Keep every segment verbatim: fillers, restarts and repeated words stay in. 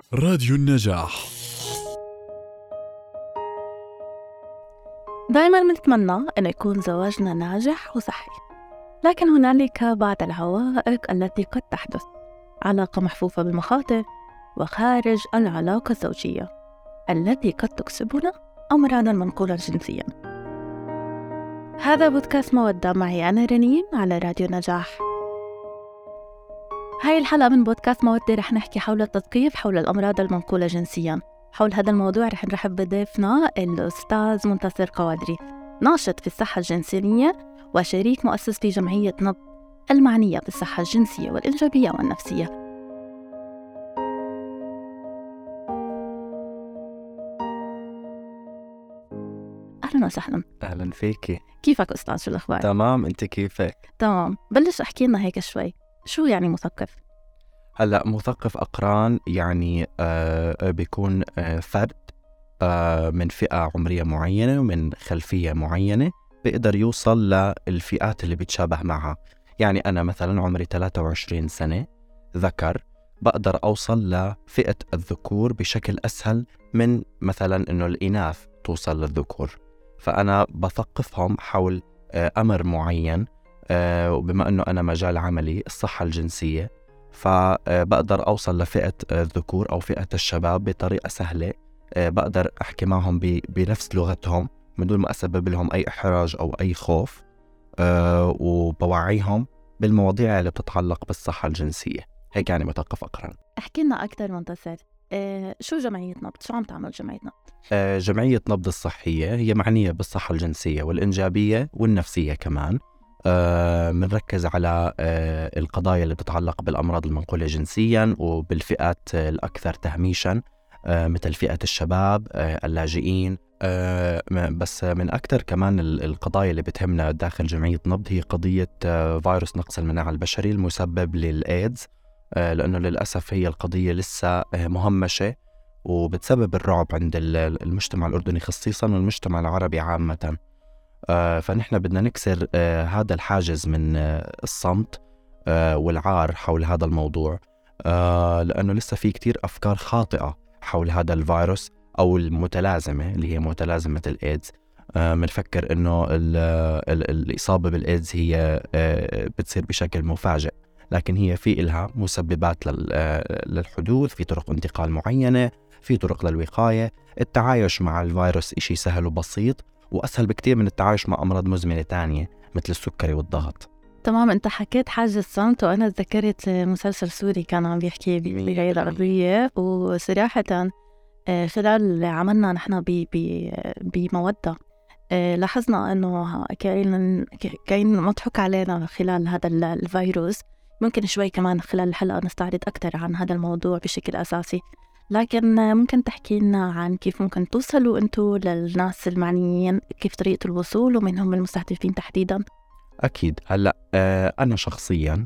راديو النجاح. دائما بنتمنى أنه يكون زواجنا ناجح وصحي، لكن هنالك بعض العوائق التي قد تحدث. علاقة محفوفة بالمخاطر، وخارج العلاقة الزوجية التي قد تكسبنا أمراضاً منقولة جنسياً. هذا بودكاست مودة معي أنا رنين على راديو نجاح. هاي الحلقة من بودكاست مودة رح نحكي حول التثقيف حول الأمراض المنقولة جنسياً. حول هذا الموضوع رح نرحب بضيفنا الأستاذ منتصر قوادري، ناشط في الصحة الجنسية وشريك مؤسس في جمعية نبض المعنية بالصحة الجنسية والإنجابية والنفسية. أهلا وسهلا. أهلا فيكي. كيفك أستاذ؟ شو الأخبار؟ تمام، أنت كيفك؟ تمام. بلش أحكي لنا هيك شوي، شو يعني مثقف؟ هلأ مثقف أقران يعني آه بيكون آه فرد آه من فئة عمرية معينة ومن خلفية معينة بيقدر يوصل للفئات اللي بيتشابه معها. يعني أنا مثلا عمري ثلاثة وعشرين سنة ذكر، بقدر أوصل لفئة الذكور بشكل أسهل من مثلا إنه الإناث توصل للذكور. فأنا بثقفهم حول آه أمر معين، آه وبما أنه أنا مجال عملي الصحة الجنسية، فبقدر أوصل لفئة الذكور أو فئة الشباب بطريقة سهلة. بقدر أحكي معهم بنفس لغتهم من دون ما أسبب لهم أي إحراج أو أي خوف، وبوعيهم بالمواضيع اللي بتتعلق بالصحة الجنسية. هيك يعني مثقف أقران. احكي لنا أكثر منتصر، إيه شو جمعية نبض؟ شو عم تعمل جمعية نبض؟ جمعية نبض الصحية هي معنية بالصحة الجنسية والإنجابية والنفسية كمان. بنركز آه على آه القضايا اللي بتتعلق بالأمراض المنقولة جنسيا وبالفئات آه الأكثر تهميشا، آه مثل فئة الشباب، آه اللاجئين. آه بس من أكثر كمان القضايا اللي بتهمنا داخل جمعية نبض هي قضية آه فيروس نقص المناعة البشري المسبب للإيدز، آه لأنه للأسف هي القضية لسه آه مهمشة وبتسبب الرعب عند المجتمع الأردني خصيصا والمجتمع العربي عامة. آه فنحن بدنا نكسر آه هذا الحاجز من آه الصمت آه والعار حول هذا الموضوع، آه لأنه لسه في كتير أفكار خاطئة حول هذا الفيروس أو المتلازمة اللي هي متلازمة الإيدز. بنفكر آه إنه ال ال الإصابة بالإيدز هي آه بتصير بشكل مفاجئ، لكن هي في إلها مسببات للحدوث، في طرق انتقال معينة، في طرق للوقاية. التعايش مع الفيروس إشي سهل وبسيط وأسهل بكتير من التعايش مع أمراض مزمنة تانية مثل السكري والضغط. تمام. أنت حكيت حاجة الصمت وأنا ذكرت مسلسل سوري كان عم بيحكي بغير العربية، وصراحة خلال عملنا نحن بمودة لاحظنا أنه كاين كاين مضحك علينا خلال هذا الفيروس. ممكن شوي كمان خلال الحلقة نستعرض أكثر عن هذا الموضوع بشكل أساسي، لكن ممكن تحكي لنا عن كيف ممكن توصلوا أنتوا للناس المعنيين، كيف طريقة الوصول ومن هم المستهدفين تحديداً؟ أكيد. هلأ أنا شخصياً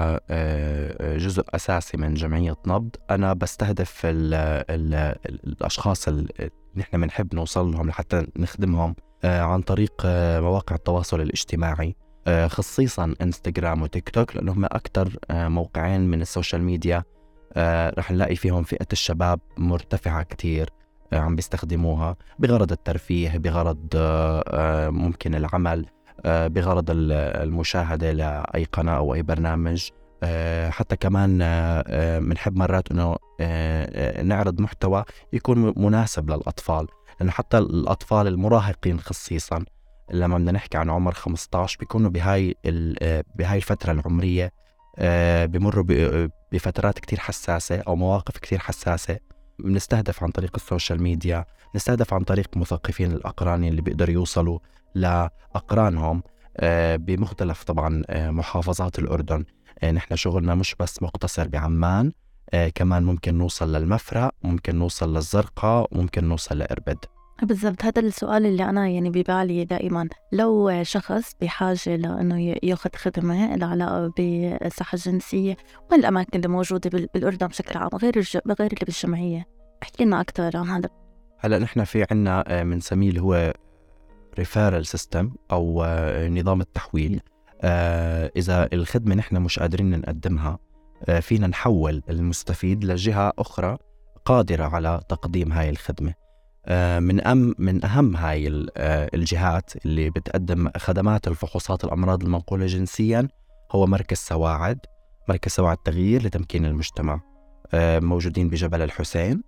كجزء أساسي من جمعية نبض أنا بستهدف ال ال الأشخاص اللي نحن بنحب نوصل لهم لحتى نخدمهم عن طريق مواقع التواصل الاجتماعي، خصيصاً إنستغرام وتيك توك، لأنهم أكتر موقعين من السوشيال ميديا رح نلاقي فيهم فئة الشباب مرتفعة كتير عم بيستخدموها بغرض الترفيه، بغرض ممكن العمل، بغرض المشاهدة لأي قناة أو أي برنامج. حتى كمان بنحب مرات أنه نعرض محتوى يكون مناسب للأطفال، لأنه حتى الأطفال المراهقين خصيصا لما بدنا نحكي عن عمر خمسة عشر بيكونوا بهاي بهاي الفترة العمرية بمروا بفترات كتير حساسة أو مواقف كتير حساسة. بنستهدف عن طريق السوشيال ميديا، نستهدف عن طريق مثقفين الأقران اللي بيقدروا يوصلوا لأقرانهم بمختلف طبعا محافظات الأردن. نحن شغلنا مش بس مقتصر بعمان، كمان ممكن نوصل للمفرق، ممكن نوصل للزرقاء، وممكن نوصل لإربد. بالضبط، هذا السؤال اللي أنا يعني ببالي دائما. لو شخص بحاجة لأنه يأخذ خدمة العلاقة بالصحة الجنسية، وين الأماكن اللي موجودة بالأردن بشكل عام غير الج... غير اللي بالجمعية؟ احكي لنا أكثر عن هذا. هلأ نحن في عنا من سميل هو ريفيرال سيستم أو نظام التحويل. إذا الخدمة نحن مش قادرين نقدمها فينا نحول المستفيد لجهة أخرى قادرة على تقديم هاي الخدمة. من أم من أهم هاي الجهات اللي بتقدم خدمات الفحوصات الأمراض المنقولة جنسيا هو مركز سواعد، مركز سواعد تغيير لتمكين المجتمع، موجودين بجبل الحسين.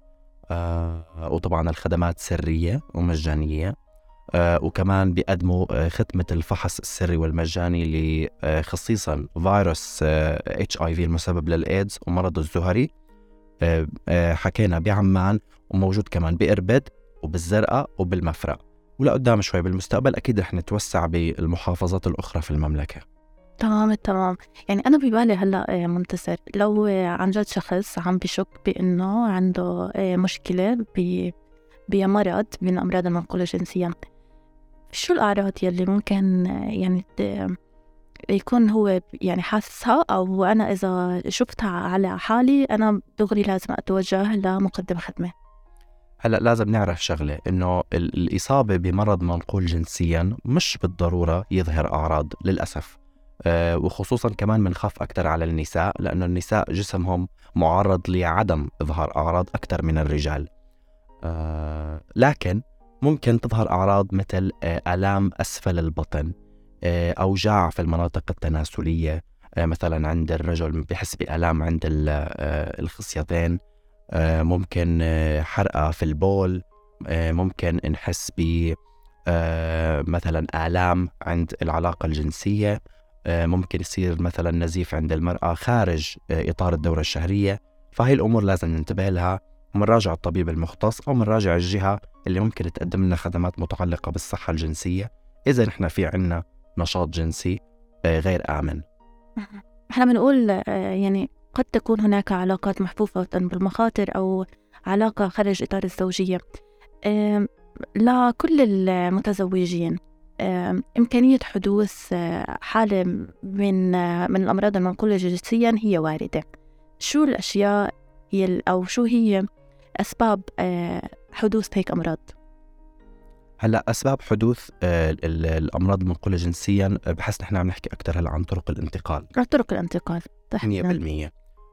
وطبعا الخدمات سرية ومجانية، وكمان بيقدموا خدمة الفحص السري والمجاني لخصيصا فيروس إتش آي في المسبب للإيدز ومرض الزهري. حكينا بعمان، وموجود كمان بإربد وبالزرقاء وبالمفرق، ولقدام شوي بالمستقبل أكيد رح نتوسع بالمحافظات الأخرى في المملكة. تمام تمام. يعني أنا ببالي هلأ منتصر، لو عن جد شخص عم بشك بأنه عنده مشكلة بمرض من أمراض المنقولة جنسيا، شو الأعراض يلي ممكن يعني يكون هو يعني حاسسها، أو أنا إذا شفتها على حالي أنا دغري لازم أتوجه لمقدم خدمة؟ هلأ لازم نعرف شغلة، إنه الإصابة بمرض منقول جنسيا مش بالضرورة يظهر أعراض للأسف. أه وخصوصا كمان منخاف أكتر على النساء، لأنه النساء جسمهم معرض لعدم إظهار أعراض أكتر من الرجال. أه لكن ممكن تظهر أعراض مثل آلام أسفل البطن، أوجاع في المناطق التناسلية، مثلا عند الرجل بيحس بآلام عند الخصيتين، ممكن حرقة في البول، ممكن نحس ب مثلا آلام عند العلاقة الجنسية، ممكن يصير مثلا نزيف عند المرأة خارج إطار الدورة الشهرية. فهي الأمور لازم ننتبه لها، ومنراجع الطبيب المختص أو منراجع الجهة اللي ممكن تقدم لنا خدمات متعلقة بالصحة الجنسية إذا نحن في عنا نشاط جنسي غير آمن. احنا بنقول يعني قد تكون هناك علاقات محفوفة بالمخاطر أو علاقة خارج إطار الزوجية. لكل المتزوجين إمكانية حدوث حالة من من الأمراض المنقولة جنسيا هي واردة. شو الأشياء أو شو هي أسباب حدوث هيك أمراض؟ هلا أسباب حدوث الأمراض المنقولة جنسيا بحس نحن عم نحكي أكتر هلا عن طرق الانتقال. طرق الانتقال مية بالمية.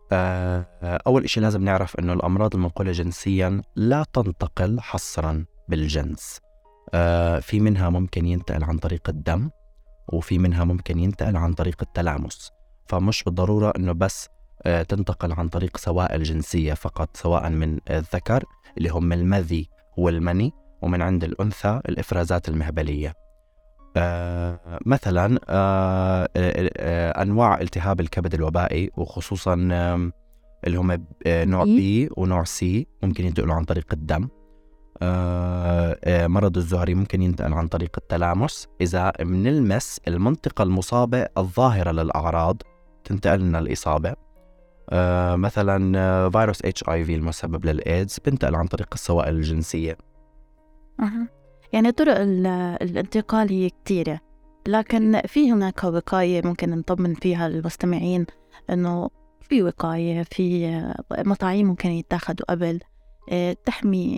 أول إشي لازم نعرف إنه الأمراض المنقولة جنسيا لا تنتقل حصرا بالجنس. في منها ممكن ينتقل عن طريق الدم، وفي منها ممكن ينتقل عن طريق التلامس. فمش بالضرورة إنه بس تنتقل عن طريق سوائل جنسية فقط، سواء من الذكر اللي هم المذي والمني، ومن عند الأنثى الإفرازات المهبلية. آه مثلا آه آه أنواع التهاب الكبد الوبائي، وخصوصا آه اللي هم آه نوع بي ونوع سي ممكن ينتقلوا عن طريق الدم. آه آه مرض الزهري ممكن ينتقل عن طريق التلامس، إذا بنلمس المنطقة المصابة الظاهرة للأعراض تنتقل لنا الإصابة. آه مثلا آه فيروس إتش آي في المسبب للإيدز بنتقل عن طريق السوائل الجنسية. أه. يعني طرق الانتقال هي كتيرة، لكن في هناك وقاية ممكن نطمن فيها المستمعين إنه في وقاية، في مطاعيم ممكن يتاخدوا قبل تحمي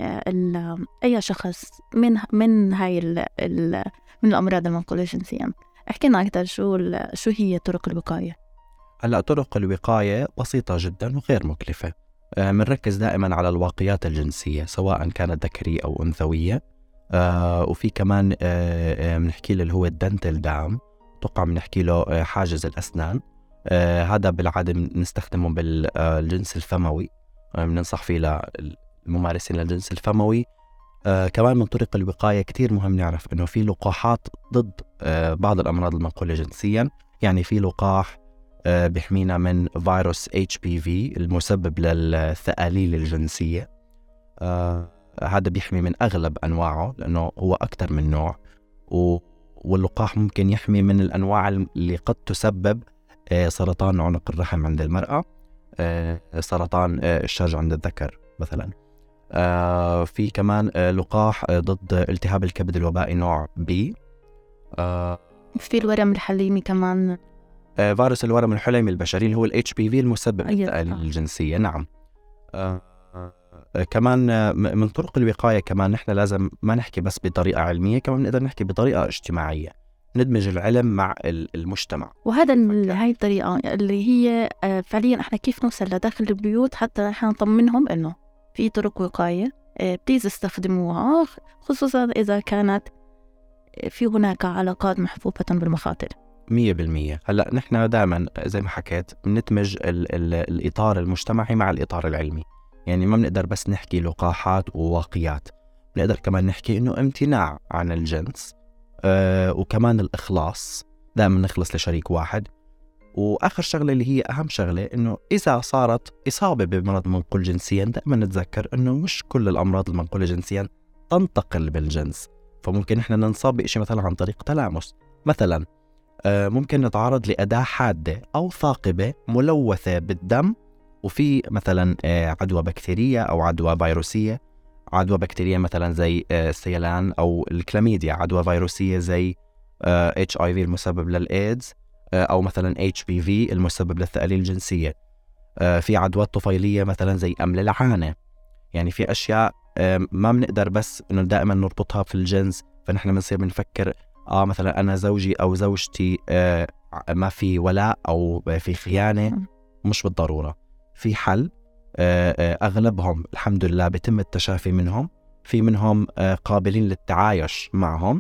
أي شخص من من هاي ال ال من الأمراض المنقولة جنسيا. احكينا أكثر شو شو هي طرق الوقاية؟ هلا طرق الوقاية بسيطة جدا وغير مكلفة. منركز دائما على الواقيات الجنسية سواء كانت ذكرية أو أنثوية. آه وفي كمان آه بنحكي له اللي هو الدنتل دام، توقع بنحكي له آه حاجز الأسنان. آه هذا بالعادة بنستخدمه بالجنس الفموي، بننصح فيه للممارسين للجنس الفموي. آه كمان من طرق الوقاية كتير مهم نعرف إنه في لقاحات ضد آه بعض الأمراض المنقولة جنسيا. يعني في لقاح آه بيحمينا من فيروس إتش بي في المسبب للثآليل الجنسية. آه هذا بيحمي من أغلب أنواعه لأنه هو أكثر من نوع، واللقاح ممكن يحمي من الأنواع اللي قد تسبب آه سرطان عنق الرحم عند المرأة، آه سرطان آه الشرج عند الذكر مثلا. آه في كمان آه لقاح آه ضد التهاب الكبد الوبائي نوع بي. آه في الورم الحليمي كمان، آه فيروس الورم الحليمي البشري اللي هو ال إتش بي في المسبب للثآليل الجنسية. نعم. آه آه كمان آه من طرق الوقاية كمان نحن لازم ما نحكي بس بطريقة علمية، كمان نقدر نحكي بطريقة اجتماعية، ندمج العلم مع المجتمع. وهذا هاي الطريقة اللي هي فعليا احنا كيف نوصل لداخل البيوت حتى نحن نطمنهم انه في طرق وقاية بليز استخدموها، خصوصا إذا كانت في هناك علاقات محفوفة بالمخاطر. مية بالمية. هلأ نحن دائما زي ما حكيت بنتمج ال ال الإطار المجتمعي مع الإطار العلمي. يعني ما بنقدر بس نحكي لقاحات وواقيات، بنقدر كمان نحكي إنه امتناع عن الجنس، آه وكمان الإخلاص، دائما نخلص لشريك واحد. وآخر شغلة اللي هي أهم شغلة، إنه إذا صارت إصابة بمرض منقول جنسيا دائما نتذكر إنه مش كل الأمراض المنقولة جنسيا تنتقل بالجنس. فممكن إحنا ننصاب بإشي مثلا عن طريق تلامس، مثلا ممكن نتعرض لأداة حادة أو ثاقبة ملوثة بالدم، وفي مثلا عدوى بكتيرية أو عدوى فيروسية. عدوى بكتيرية مثلا زي السيلان، أو الكلاميديا عدوى فيروسية زي إتش آي في المسبب للإيدز، أو مثلا إتش بي في المسبب للثأليل الجنسية. في عدوى طفيلية مثلا زي أمل العانة. يعني في أشياء ما بنقدر بس إنه دائما نربطها في الجنس، فنحن بنصير بنفكر آه مثلا أنا زوجي أو زوجتي آه ما في ولاء أو في خيانة. مش بالضرورة، في حل. آه آه أغلبهم الحمد لله بيتم التشافي منهم، في منهم آه قابلين للتعايش معهم،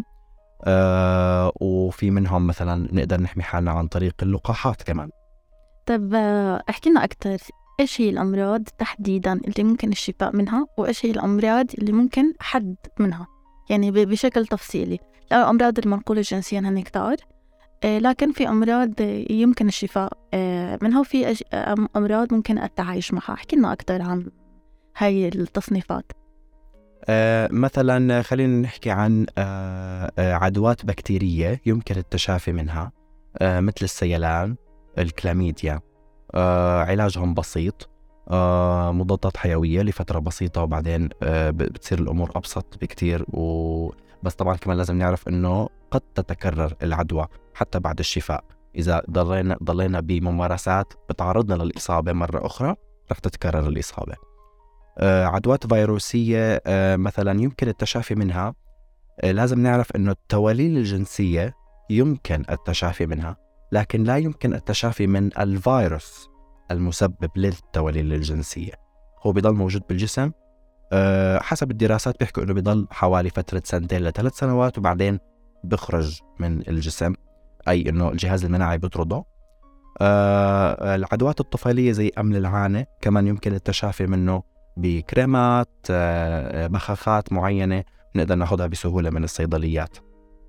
آه وفي منهم مثلا نقدر نحمي حالنا عن طريق اللقاحات كمان. طب احكي لنا أكتر، إيش هي الأمراض تحديداً اللي ممكن الشفاء منها، وإيش هي الأمراض اللي ممكن حد منها، يعني بشكل تفصيلي؟ لأن الأمراض المنقولة جنسياً هن كتار، لكن في أمراض يمكن الشفاء منها، وفي أمراض ممكن التعايش معها. احكي لنا أكتر عن هاي التصنيفات. آه مثلا خلينا نحكي عن آه عدوات بكتيرية يمكن التشافي منها، آه مثل السيلان، الكلاميديا. آه علاجهم بسيط، آه مضادات حيوية لفترة بسيطة، وبعدين آه بتصير الأمور أبسط بكتير. و بس طبعا كمان لازم نعرف إنه قد تتكرر العدوى حتى بعد الشفاء. إذا ضلينا ضلينا بممارسات بتعرضنا للإصابة مرة أخرى، رح تتكرر الإصابة. آه عدوات فيروسية آه مثلا يمكن التشافي منها. آه لازم نعرف إنه التواليل الجنسية يمكن التشافي منها، لكن لا يمكن التشافي من الفيروس المسبب للتواليل الجنسية. هو بيضل موجود بالجسم، أه حسب الدراسات بيحكوا إنه بيضل حوالي فترة سنتين لثلاث سنوات، وبعدين بخرج من الجسم، أي إنه الجهاز المناعي بيطرده. أه العدوات الطفيلية زي أمل العانة كمان يمكن التشافي منه بكريمات، أه بخاخات معينة نقدر ناخدها بسهولة من الصيدليات.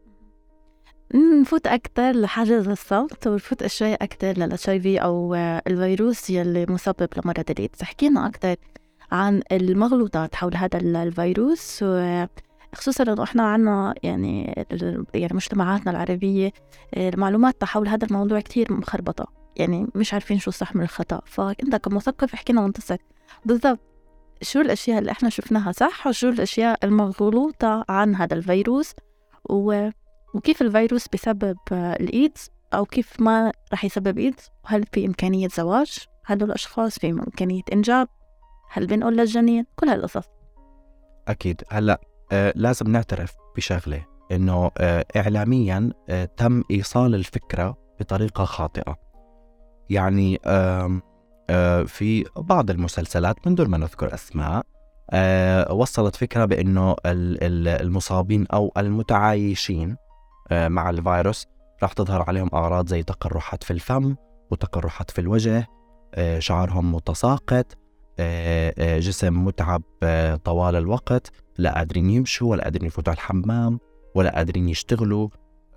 نفوت أكتر لحاجز الصوت، ونفوت شوي أكتر للاتش اي في أو الفيروس يلي مسبب لمرض الإيدز. حكينا أكتر عن المغلوطات حول هذا الفيروس، خصوصاً إنه إحنا عنا يعني يعني مجتمعاتنا العربية المعلومات حول هذا الموضوع كتير مخربطة، يعني مش عارفين شو الصح من الخطأ. فأنت كمثقف احكينا وانتصك بالضبط شو الأشياء اللي إحنا شفناها صح، وشو الأشياء المغلوطة عن هذا الفيروس، و وكيف الفيروس بسبب الإيدز، أو كيف ما رح يسبب إيدز، وهل في إمكانية زواج هدول الأشخاص، في إمكانية إنجاب، هل بنقول للجنين، كل هالقصص. أكيد. هلأ آه لازم نعترف بشغلة، إنه آه إعلاميا آه تم إيصال الفكرة بطريقة خاطئة. يعني آه آه في بعض المسلسلات من دون ما نذكر أسماء آه وصلت فكرة بأنه المصابين أو المتعايشين مع الفيروس راح تظهر عليهم أعراض زي تقرحات في الفم وتقرحات في الوجه، شعرهم متساقط، جسم متعب طوال الوقت، لا قادرين يمشوا ولا قادرين يفوتوا على الحمام ولا قادرين يشتغلوا،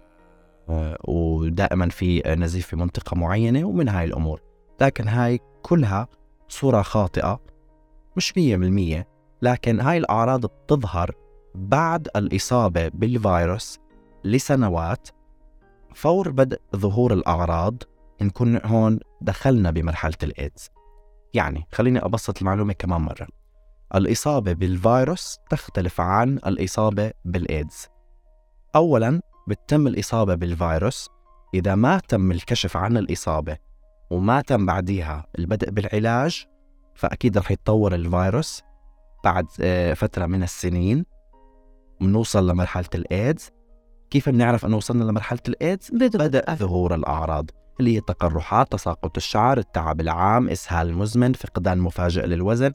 ودائما في نزيف في منطقة معينة ومن هاي الأمور. لكن هاي كلها صورة خاطئة، مش مية بالمية. لكن هاي الأعراض بتظهر بعد الإصابة بالفيروس لسنوات. فور بدء ظهور الأعراض نكون هون دخلنا بمرحلة الإيدز. يعني خليني أبسط المعلومة كمان مرة. الإصابة بالفيروس تختلف عن الإصابة بالإيدز. أولاً بتتم الإصابة بالفيروس إذا ما تم الكشف عن الإصابة وما تم بعدها البدء بالعلاج، فأكيد رح يتطور الفيروس بعد فترة من السنين ونوصل لمرحلة الإيدز. كيف بنعرف أنه وصلنا لمرحلة الإيدز؟ بدأ ظهور الأعراض اللي هي تقرحات، تساقط الشعر، التعب العام، إسهال مزمن، فقدان مفاجئ للوزن،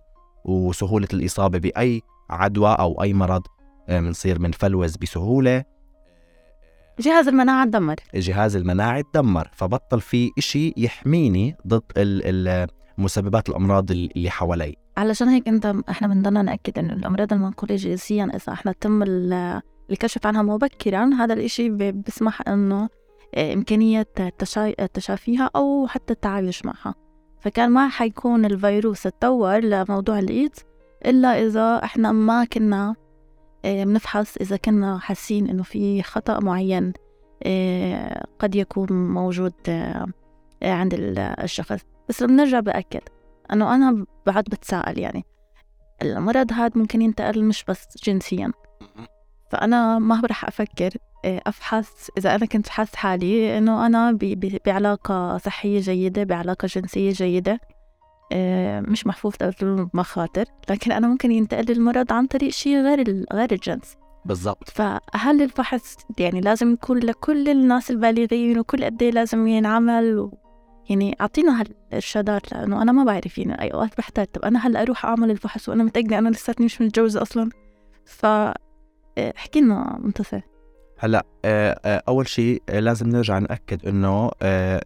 وسهولة الإصابة بأي عدوى أو أي مرض بنصير منفلوز بسهولة. جهاز المناعة تدمر جهاز المناعة تدمر، فبطل في إشي يحميني ضد مسببات الأمراض اللي حوالي. علشان هيك أنت إحنا بنضلنا نأكد إنه الأمراض المنقولة جنسيا إذا إحنا تم الكشف عنها مبكرا، هذا الإشي بيسمح إنه إمكانية تشافيها أو حتى التعايش معها. فكان ما حيكون الفيروس اتطور لموضوع الإيدز إلا إذا إحنا ما كنا بنفحص، إذا كنا حاسين إنه في خطأ معين قد يكون موجود عند الشخص. بس لما نرجع بأكد أنه أنا بعد بتساءل، يعني المرض هذا ممكن ينتقل مش بس جنسيا، فأنا ما برح أفكر أفحص إذا أنا كنت حاس حالي إنه أنا بعلاقة صحية جيدة، بعلاقة جنسية جيدة، مش محفوظ مخاطر، لكن أنا ممكن ينتقل المرض عن طريق شيء غير غير الجنس. بالضبط. فهل الفحص يعني لازم يكون لكل الناس البالغين وكل قد ايه لازم ينعمل و... يعني أعطينا هالإرشادات، لأنه أنا ما بعرف، يعني أي أوقات بحتاج طب أنا هلأ أروح أعمل الفحص وأنا متأكدة أنا لساتني مش متجوزة أصلا. فاحكي لنا منتصر. هلأ أول شيء لازم نرجع نأكد إنه آه,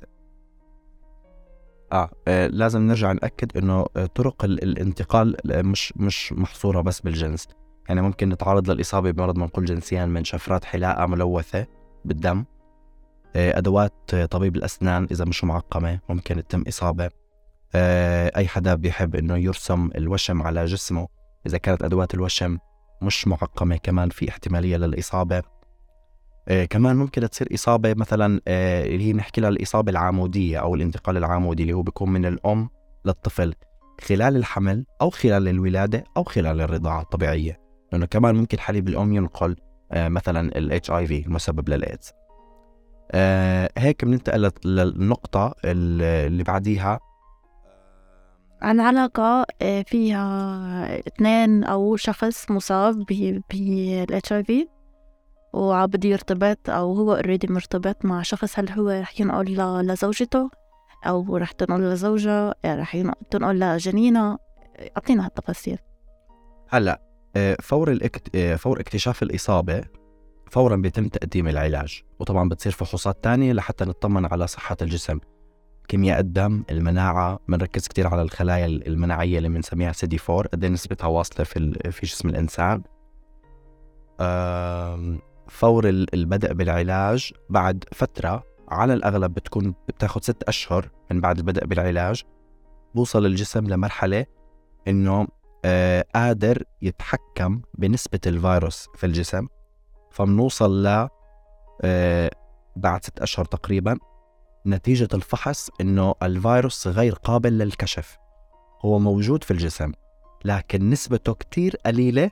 آه لازم نرجع نأكد إنه طرق الانتقال مش مش محصورة بس بالجنس. يعني ممكن نتعرض للإصابة بمرض منقول جنسيا من شفرات حلاقة ملوثة بالدم، أدوات طبيب الأسنان إذا مش معقمة ممكن تتم إصابة، أي حدا بيحب إنه يرسم الوشم على جسمه إذا كانت أدوات الوشم مش معقمة كمان في احتمالية للإصابة. كمان ممكن تصير إصابة مثلا اللي هي نحكي لها الإصابة العامودية أو الانتقال العامودي، اللي هو بيكون من الأم للطفل خلال الحمل أو خلال الولادة أو خلال الرضاعة الطبيعية، لأنه كمان ممكن حليب الأم ينقل مثلا ال إتش آي في المسبب للإيدز. آه هيك بننتقل للنقطة اللي بعديها عن علاقة فيها اثنين أو شخص مصاب بال إتش آي في وعبده يرتبط أو هو اوريدي مرتبط مع شخص، هل هو رح ينقل لزوجته أو رح تنقل لزوجة، رح تنقل لجنينة؟ أعطينا هالتفاصيل. هلأ فور الاكت... فور اكتشاف الإصابة فوراً بيتم تقديم العلاج، وطبعاً بتصير فحوصات تانية لحتى نطمن على صحة الجسم، كيمياء الدم، المناعة، بنركز كتير على الخلايا المناعية اللي بنسميها سي دي فور قد ايه نسبتها واصلة في في جسم الإنسان. فور البدء بالعلاج بعد فترة على الأغلب بتكون بتاخد ست أشهر من بعد البدء بالعلاج، بوصل الجسم لمرحلة إنه قادر يتحكم بنسبة الفيروس في الجسم، فمنوصل ل آه بعد ست أشهر تقريبا نتيجة الفحص إنه الفيروس غير قابل للكشف، هو موجود في الجسم لكن نسبته كتير قليلة،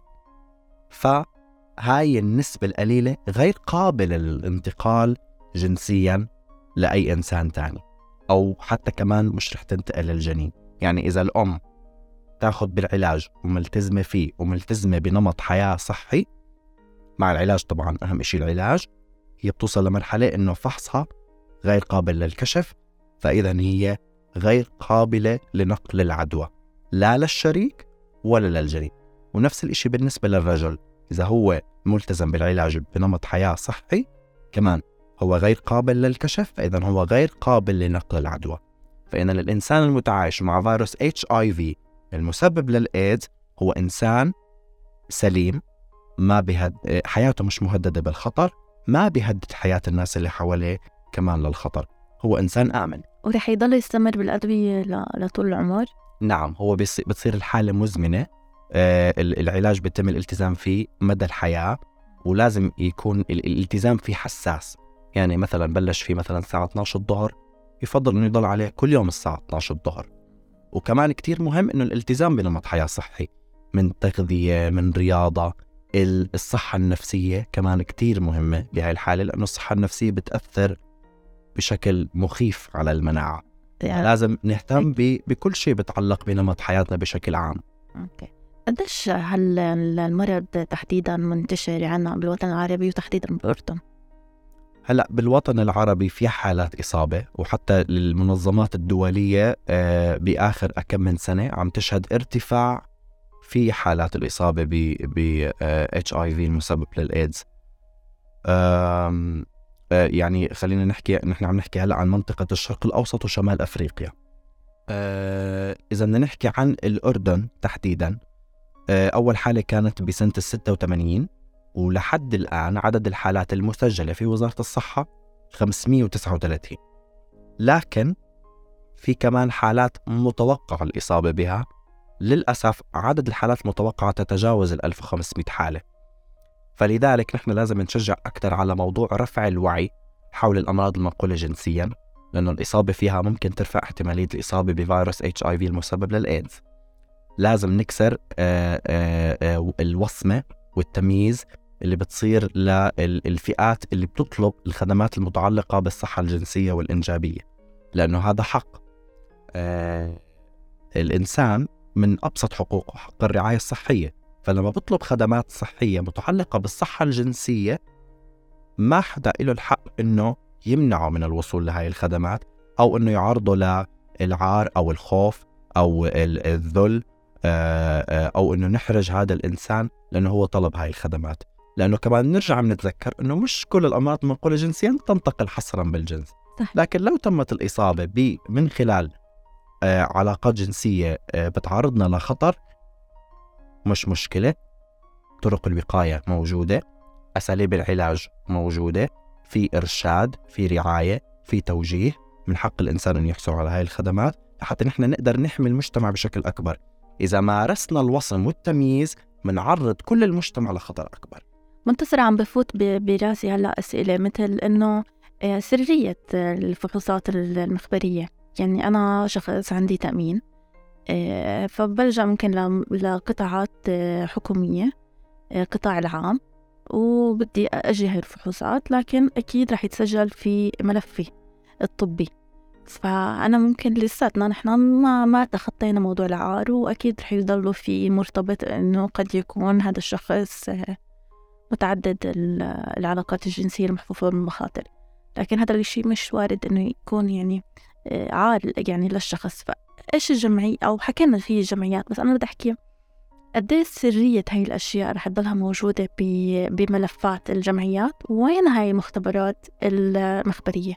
فهاي النسبة القليلة غير قابلة للانتقال جنسيا لأي إنسان تاني، أو حتى كمان مش رح تنتقل للجنين. يعني إذا الأم تاخد بالعلاج وملتزمة فيه وملتزمة بنمط حياة صحي مع العلاج، طبعا أهم شيء العلاج، هي بتوصل لمرحلة إنه فحصها غير قابل للكشف، فإذا هي غير قابلة لنقل العدوى لا للشريك ولا للجنين. ونفس الإشي بالنسبة للرجل، إذا هو ملتزم بالعلاج بنمط حياة صحي كمان هو غير قابل للكشف، فإذا هو غير قابل لنقل العدوى. فإن الإنسان المتعايش مع فيروس إتش آي في المسبب للإيدز هو إنسان سليم، ما بيهد حياته مش مهددة بالخطر، ما بيهدد حياة الناس اللي حواليه كمان للخطر، هو إنسان آمن ورح يضل يستمر بالأدوية لطول العمر. نعم، هو بتصير الحالة مزمنة، آه العلاج بيتم الالتزام فيه مدى الحياة، ولازم يكون الالتزام فيه حساس. يعني مثلا بلش فيه مثلا الساعة اثني عشر الظهر، يفضل إنه يضل عليه كل يوم الساعة اثني عشر الظهر. وكمان كتير مهم إنه الالتزام بنمط حياة صحي، من تغذية، من رياضة. الصحة النفسية كمان كتير مهمة بهاي الحالة، لأنه الصحة النفسية بتأثر بشكل مخيف على المناعة. يعني لازم نهتم بكل شيء بتعلق بنمط حياتنا بشكل عام. أوكي. قديش هل المرض تحديدا منتشر عنا بالوطن العربي وتحديدا بالأردن؟ هلأ بالوطن العربي في حالات إصابة، وحتى المنظمات الدولية بآخر كم من سنة عم تشهد ارتفاع في حالات الإصابة ب إتش آي في المسبب للإيدز. يعني خلينا نحكي، نحن عم نحكي هلأ عن منطقة الشرق الأوسط وشمال أفريقيا. إذا بدنا نحكي عن الأردن تحديدا، أول حالة كانت بسنة الستة وثمانين، ولحد الآن عدد الحالات المسجلة في وزارة الصحة خمسمائة وتسعة وثلاثين، لكن في كمان حالات متوقع الإصابة بها. للأسف عدد الحالات المتوقعة تتجاوز ال ألف وخمسمائة حالة. فلذلك نحن لازم نشجع أكثر على موضوع رفع الوعي حول الأمراض المنقولة جنسيا، لأنه الإصابة فيها ممكن ترفع احتمالية الإصابة بفيروس إتش آي في المسبب للإيدز. لازم نكسر آآ آآ الوصمة والتمييز اللي بتصير للفئات اللي بتطلب الخدمات المتعلقة بالصحة الجنسية والإنجابية، لأنه هذا حق الإنسان، من أبسط حقوقه حق الرعاية الصحية. فلما بطلب خدمات صحية متعلقة بالصحة الجنسية، ما حدا له الحق إنه يمنعه من الوصول لهاي الخدمات، أو إنه يعرضه للعار أو الخوف أو الذل، أو إنه نحرج هذا الإنسان لأنه هو طلب هاي الخدمات. لأنه كمان نرجع نتذكر إنه مش كل الأمراض المنقولة جنسيا تنتقل حصرا بالجنس، لكن لو تمت الإصابة ب من خلال علاقات جنسية بتعرضنا لخطر، مش مشكلة. طرق الوقاية موجودة، أساليب العلاج موجودة، في إرشاد، في رعاية، في توجيه. من حق الإنسان أن يحصل على هاي الخدمات حتى نحن نقدر نحمي المجتمع بشكل أكبر. إذا مارسنا الوصم والتمييز منعرض كل المجتمع لخطر أكبر. منتصر، عم بفوت براسي هلأ أسئلة مثل إنه سرية الفحوصات المخبرية. يعني أنا شخص عندي تأمين، فبلجأ ممكن لقطاعات حكومية، قطاع العام، وبدي أجي هاي الفحوصات، لكن أكيد رح يتسجل في ملفي الطبي. فأنا ممكن لساتنا نحن ما ما تخطينا موضوع العار، وأكيد رح يضلوا في مرتبط إنه قد يكون هذا الشخص متعدد العلاقات الجنسية المحفوفة بالمخاطر، لكن هذا الشيء مش وارد إنه يكون يعني عار يعني للشخص. فإيش الجمعية، أو حكينا فيه الجمعيات، بس أنا بدي أحكي قديش سرية هاي الأشياء رح تضلها موجودة بملفات الجمعيات، وين هاي المختبرات المخبرية؟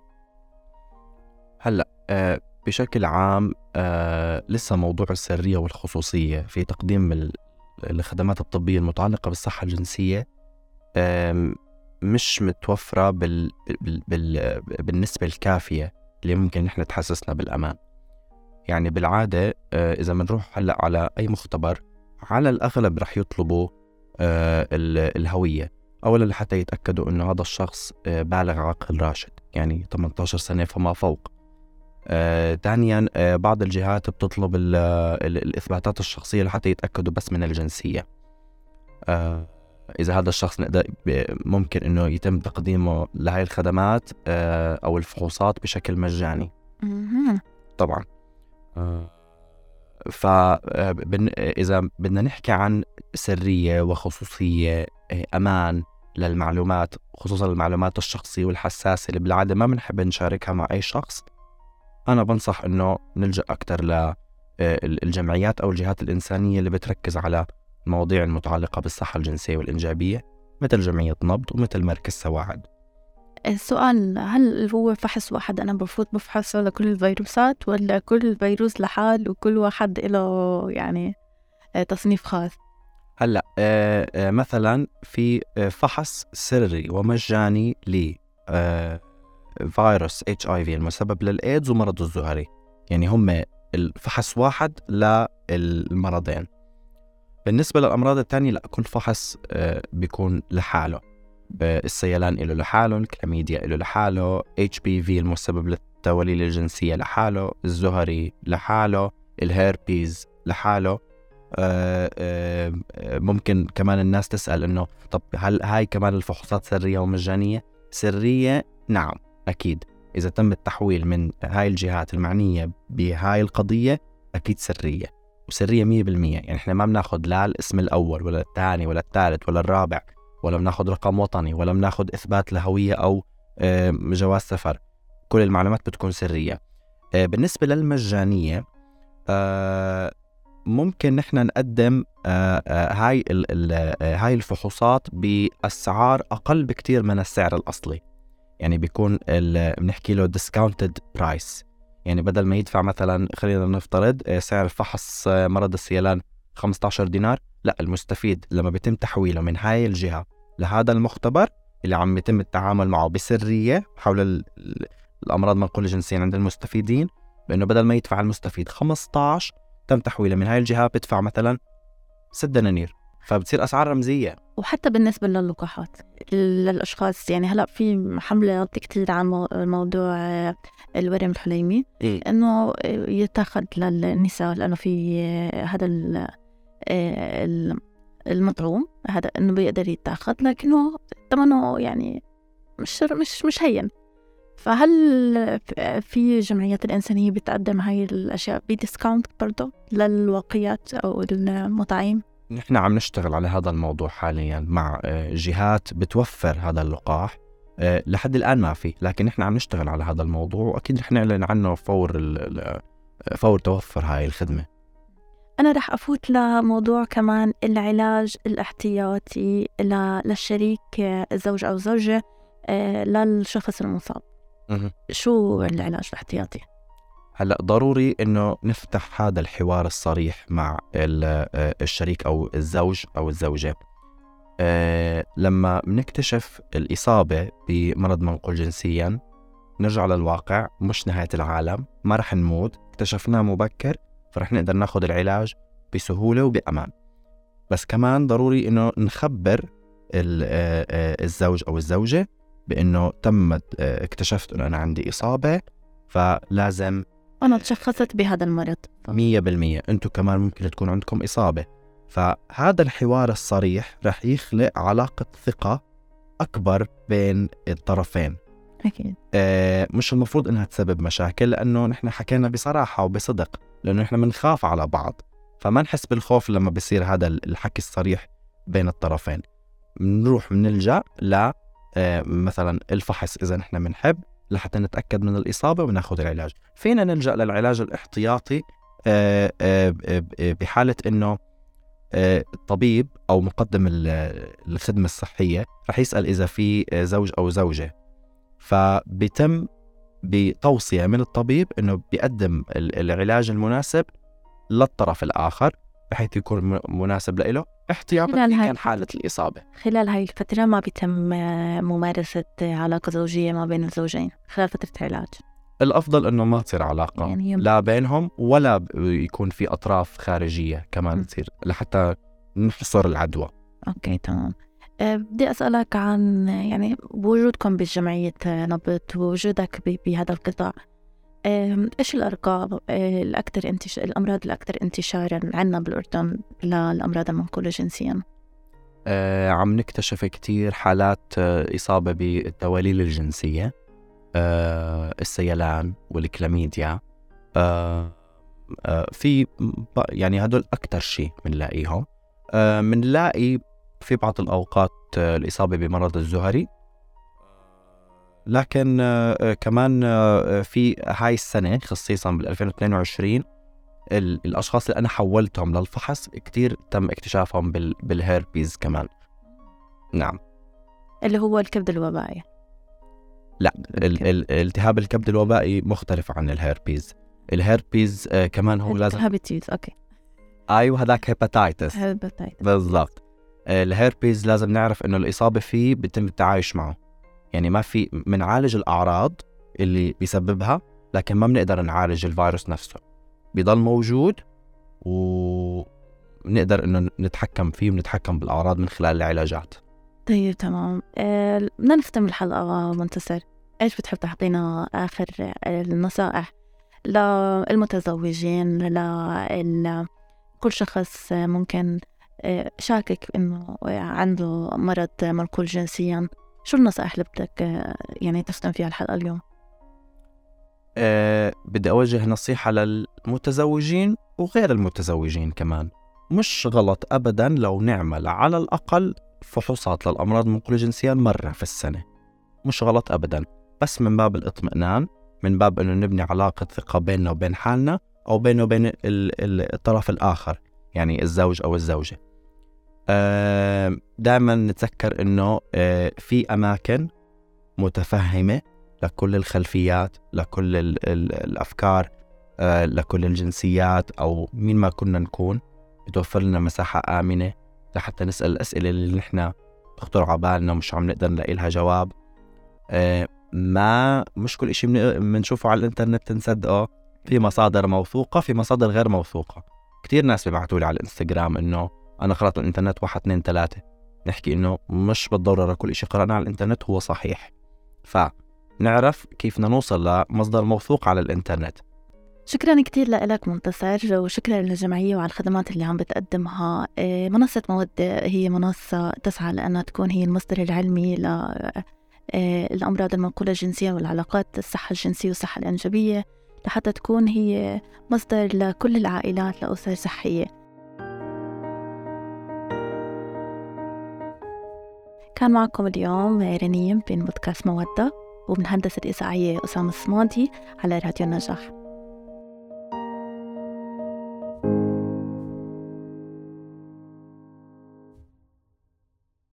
هلأ آه بشكل عام آه لسه موضوع السرية والخصوصية في تقديم الخدمات الطبية المتعلقة بالصحة الجنسية آه مش متوفرة بال بال بال بالنسبة الكافية اللي ممكن نحن تحسسنا بالأمان. يعني بالعادة آه إذا منروح هلأ على أي مختبر، على الأغلب رح يطلبوا آه الهوية، أولا لحتى يتأكدوا أنه هذا الشخص آه بالغ عاقل راشد، يعني ثمانية عشر سنة فما فوق. آه، ثانيا آه، بعض الجهات بتطلب ال ال الإثباتات الشخصية لحتى يتأكدوا بس من الجنسية. آه، إذا هذا الشخص نقدر ممكن إنه يتم تقديمه لهاي الخدمات آه، أو الفحوصات بشكل مجاني طبعا. آه، فإذا بدنا نحكي عن سرية وخصوصية، آه، أمان للمعلومات، خصوصا المعلومات الشخصية والحساسة اللي بالعادة ما بنحب نشاركها مع أي شخص، أنا بنصح إنه نلجأ أكتر للجمعيات أو الجهات الإنسانية اللي بتركز على المواضيع المتعلقة بالصحة الجنسية والإنجابية، مثل جمعية نبض ومثل مركز سواعد. السؤال، هل هو فحص واحد أنا بفوت بفحص لكل الفيروسات، ولا كل فيروس لحال وكل واحد له يعني تصنيف خاص؟ هلأ مثلا في فحص سري ومجاني ل فيروس إتش آي في المسبب للإيدز ومرض الزهري، يعني هم الفحص واحد للمرضين. بالنسبة للأمراض الثانية لا، كل فحص بيكون لحاله. السيلان له لحاله، الكلاميديا له لحاله، إتش بي في المسبب للتوليل الجنسية لحاله، الزهري لحاله، الهيربيز لحاله. ممكن كمان الناس تسأل إنه طب هل هاي كمان الفحوصات سرية ومجانية؟ سرية نعم أكيد، إذا تم التحويل من هاي الجهات المعنية بهاي القضية أكيد سرية، وسرية مية بالمية. يعني إحنا ما بناخد لا الاسم الأول ولا الثاني ولا الثالث ولا الرابع، ولا بناخد رقم وطني، ولا بناخد إثبات لهوية أو جواز سفر. كل المعلومات بتكون سرية. بالنسبة للمجانية ممكن نحن نقدم آه آه هاي ال ال آه هاي الفحوصات بأسعار أقل بكتير من السعر الأصلي. يعني بيكون بنحكي له discounted price. يعني بدل ما يدفع مثلا خلينا نفترض سعر فحص مرض السيلان خمسة عشر دينار، لا، المستفيد لما بيتم تحويله من هاي الجهة لهذا المختبر اللي عم يتم التعامل معه بسرية حول الأمراض المنقولة جنسيا عند المستفيدين، بأنه بدل ما يدفع المستفيد خمسة عشر تم تحويله من هاي الجهة بدفع مثلا ستة دنانير، فبتصير أسعار رمزية. وحتى بالنسبة للقاحات للأشخاص، يعني هلأ في حملة كتير عن موضوع الورم الحليمي، إيه؟ إنه يتاخد للنساء، لأنه في هذا المطعوم هذا إنه بيقدر يتاخد، لكنه ثمنه يعني مش مش مش هين. فهل في جمعيات الإنسانية بتقدم هاي الأشياء بديسكاونت برضو للواقيات أو المطاعيم؟ نحن عم نشتغل على هذا الموضوع حاليا مع جهات بتوفر هذا اللقاح. لحد الآن ما في، لكن نحن عم نشتغل على هذا الموضوع، وأكيد رح نعلن عنه فور فور توفر هاي الخدمة. أنا رح أفوت لموضوع كمان العلاج الاحتياطي للشريك الزوج أو زوجة للشخص المصاب. شو العلاج الاحتياطي؟ هلأ ضروري إنه نفتح هذا الحوار الصريح مع الشريك أو الزوج أو الزوجة. أه لما بنكتشف الإصابة بمرض منقول جنسيا، نرجع للواقع، مش نهاية العالم، ما رح نموت، اكتشفناه مبكر فرح نقدر ناخد العلاج بسهولة وبأمان. بس كمان ضروري إنه نخبر الزوج أو الزوجة بأنه تمت اكتشفت أنه أنا عندي إصابة، فلازم أنا تشخصت بهذا المرض مية بالمية، أنتوا كمان ممكن تكون عندكم إصابة. فهذا الحوار الصريح رح يخلق علاقة ثقة أكبر بين الطرفين. أكيد. آه مش المفروض إنها تسبب مشاكل، لأنه نحن حكينا بصراحة وبصدق، لأنه نحن منخاف على بعض، فما نحس بالخوف لما بيصير هذا الحكي الصريح بين الطرفين. نروح نلجأ ل آه مثلا الفحص إذا نحن منحب لحتى نتأكد من الإصابة وناخد العلاج. فينا نلجأ للعلاج الاحتياطي آه آه بحالة إنه الطبيب أو مقدم الخدمة الصحية رح يسأل إذا في زوج أو زوجة، فبيتم بتوصية من الطبيب إنه بيقدم العلاج المناسب للطرف الآخر بحيث يكون مناسب له احتياطاً كان حالة الإصابة. خلال هاي الفترة ما بيتم ممارسة علاقة زوجية ما بين الزوجين خلال فترة علاج. الأفضل إنه ما تصير علاقة يعني لا بينهم ولا يكون في أطراف خارجية كمان تصير لحتى نحصر العدوى. أوكي تمام. أه بدي أسألك عن يعني وجودكم بالجمعية نبض ووجودك بهذا القطاع، أه إيش الأرقام أه الأكثر انتشار الأمراض الأكثر انتشارا عندنا بالأردن للأمراض المنقولة جنسيا؟ أه عم نكتشف كتير حالات أه إصابة بالدواليل الجنسية، أه السيلان والكلاميديا، أه أه في يعني هدول أكتر شيء منلاقيهم. أه منلاقي في بعض الأوقات أه الإصابة بمرض الزهري، لكن أه كمان أه في هاي السنة خصيصا بال2022 الأشخاص اللي أنا حولتهم للفحص كتير تم اكتشافهم بالهيربيز كمان. نعم، اللي هو الكبد الوبائي. لا، الالتهاب الكبد الوبائي مختلف عن الهيربيز. الهيربيز آه كمان هو لازم هيباتيتس. اوكي ايوه هذاك هيباتايتس بالضبط. آه الهيربيز لازم نعرف انه الاصابه فيه بيتم التعايش معه، يعني ما في منعالج الاعراض اللي بيسببها لكن ما بنقدر نعالج الفيروس نفسه، بيضل موجود ونقدر انه نتحكم فيه ونتحكم بالاعراض من خلال العلاجات. طيب تمام. بدنا أه نختم الحلقة. منتصر، إيش بتحب تعطينا آخر النصائح للمتزوجين، لكل شخص ممكن شاكك إنه عنده مرض منقول جنسيا؟ شو النصائح اللي بدك يعني تختم فيها الحلقة اليوم؟ أه بدي أوجه نصيحة للمتزوجين وغير المتزوجين كمان. مش غلط أبدا لو نعمل على الأقل فحوصات للأمراض المنقولة جنسيا مرة في السنة، مش غلط أبدا، بس من باب الاطمئنان، من باب أنه نبني علاقة ثقة بيننا وبين حالنا أو بينه وبين ال- ال- الطرف الآخر، يعني الزوج أو الزوجة. آه، دائما نتذكر إنه آه، في أماكن متفهمة لكل الخلفيات، لكل ال ال الأفكار، آه، لكل الجنسيات أو مين ما كنا نكون، بتوفر لنا مساحة آمنة لحتى نسأل الأسئلة اللي نحن تخطر على بالنا ومش عم نقدر نلاقي لها جواب. آه، ما مش كل إشي بنشوفه على الإنترنت نصدقه، في مصادر موثوقة، في مصادر غير موثوقة. كتير ناس بيبعتوا لي على الإنستغرام إنه أنا قرأت الإنترنت واحد اثنين ثلاثة، نحكي إنه مش بالضرورة كل إشي قرأناه على الإنترنت هو صحيح، فنعرف كيف نوصل لمصدر موثوق على الإنترنت. شكرا كتير لك منتصر، وشكرا للجمعية وعلى الخدمات اللي عم بتقدمها. منصة مودة هي منصة تسعى لأنها تكون هي المصدر العلمي للأمراض المنقولة الجنسية والعلاقات الصحة الجنسية والصحة الإنجابية، لحتى تكون هي مصدر لكل العائلات لأسر صحية. كان معكم اليوم رنيم بين بودكاست مودة، ومن هندسة الإذاعية أسامة الصمادي على راديو النجاح.